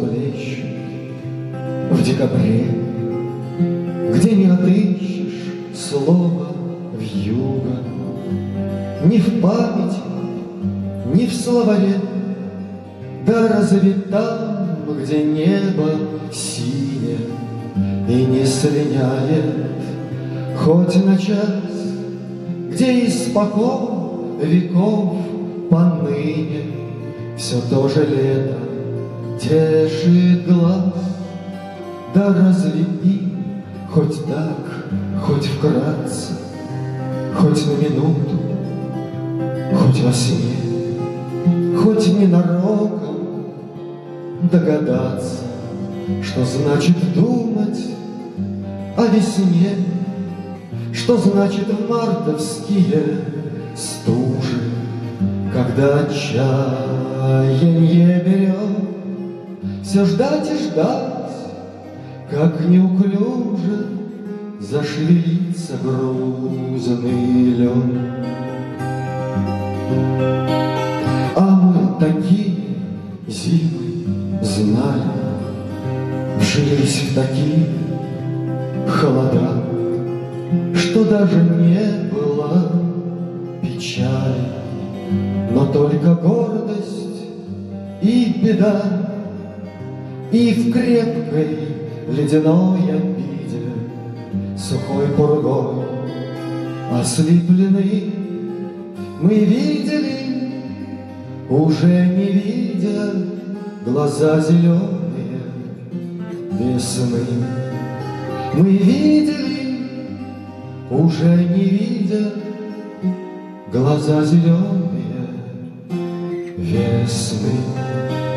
зловещий в декабре, где не отыщешь слова вьюга ни в памяти, ни в словаре. Да разве там, где небо синее и не слиняет хоть на час, где испокон веков поныне все то же лето тешит глаз? Да разве им хоть так, хоть вкратце, хоть на минуту, хоть во сне, хоть ненароком догадаться, что значит думать о весне, что значит мартовские стужи, когда отчаяние берет все ждать и ждать, как неуклюже зашевелится грузный лед. А мы такие зимы знали, вжились в такие холода, что даже не было печали, но только гордость и беда. И в крепкой ледяной обиде, сухой пургой ослеплены, мы видели, уже не видя, глаза зеленые весны. Мы видели, уже не видя, глаза зеленые весны.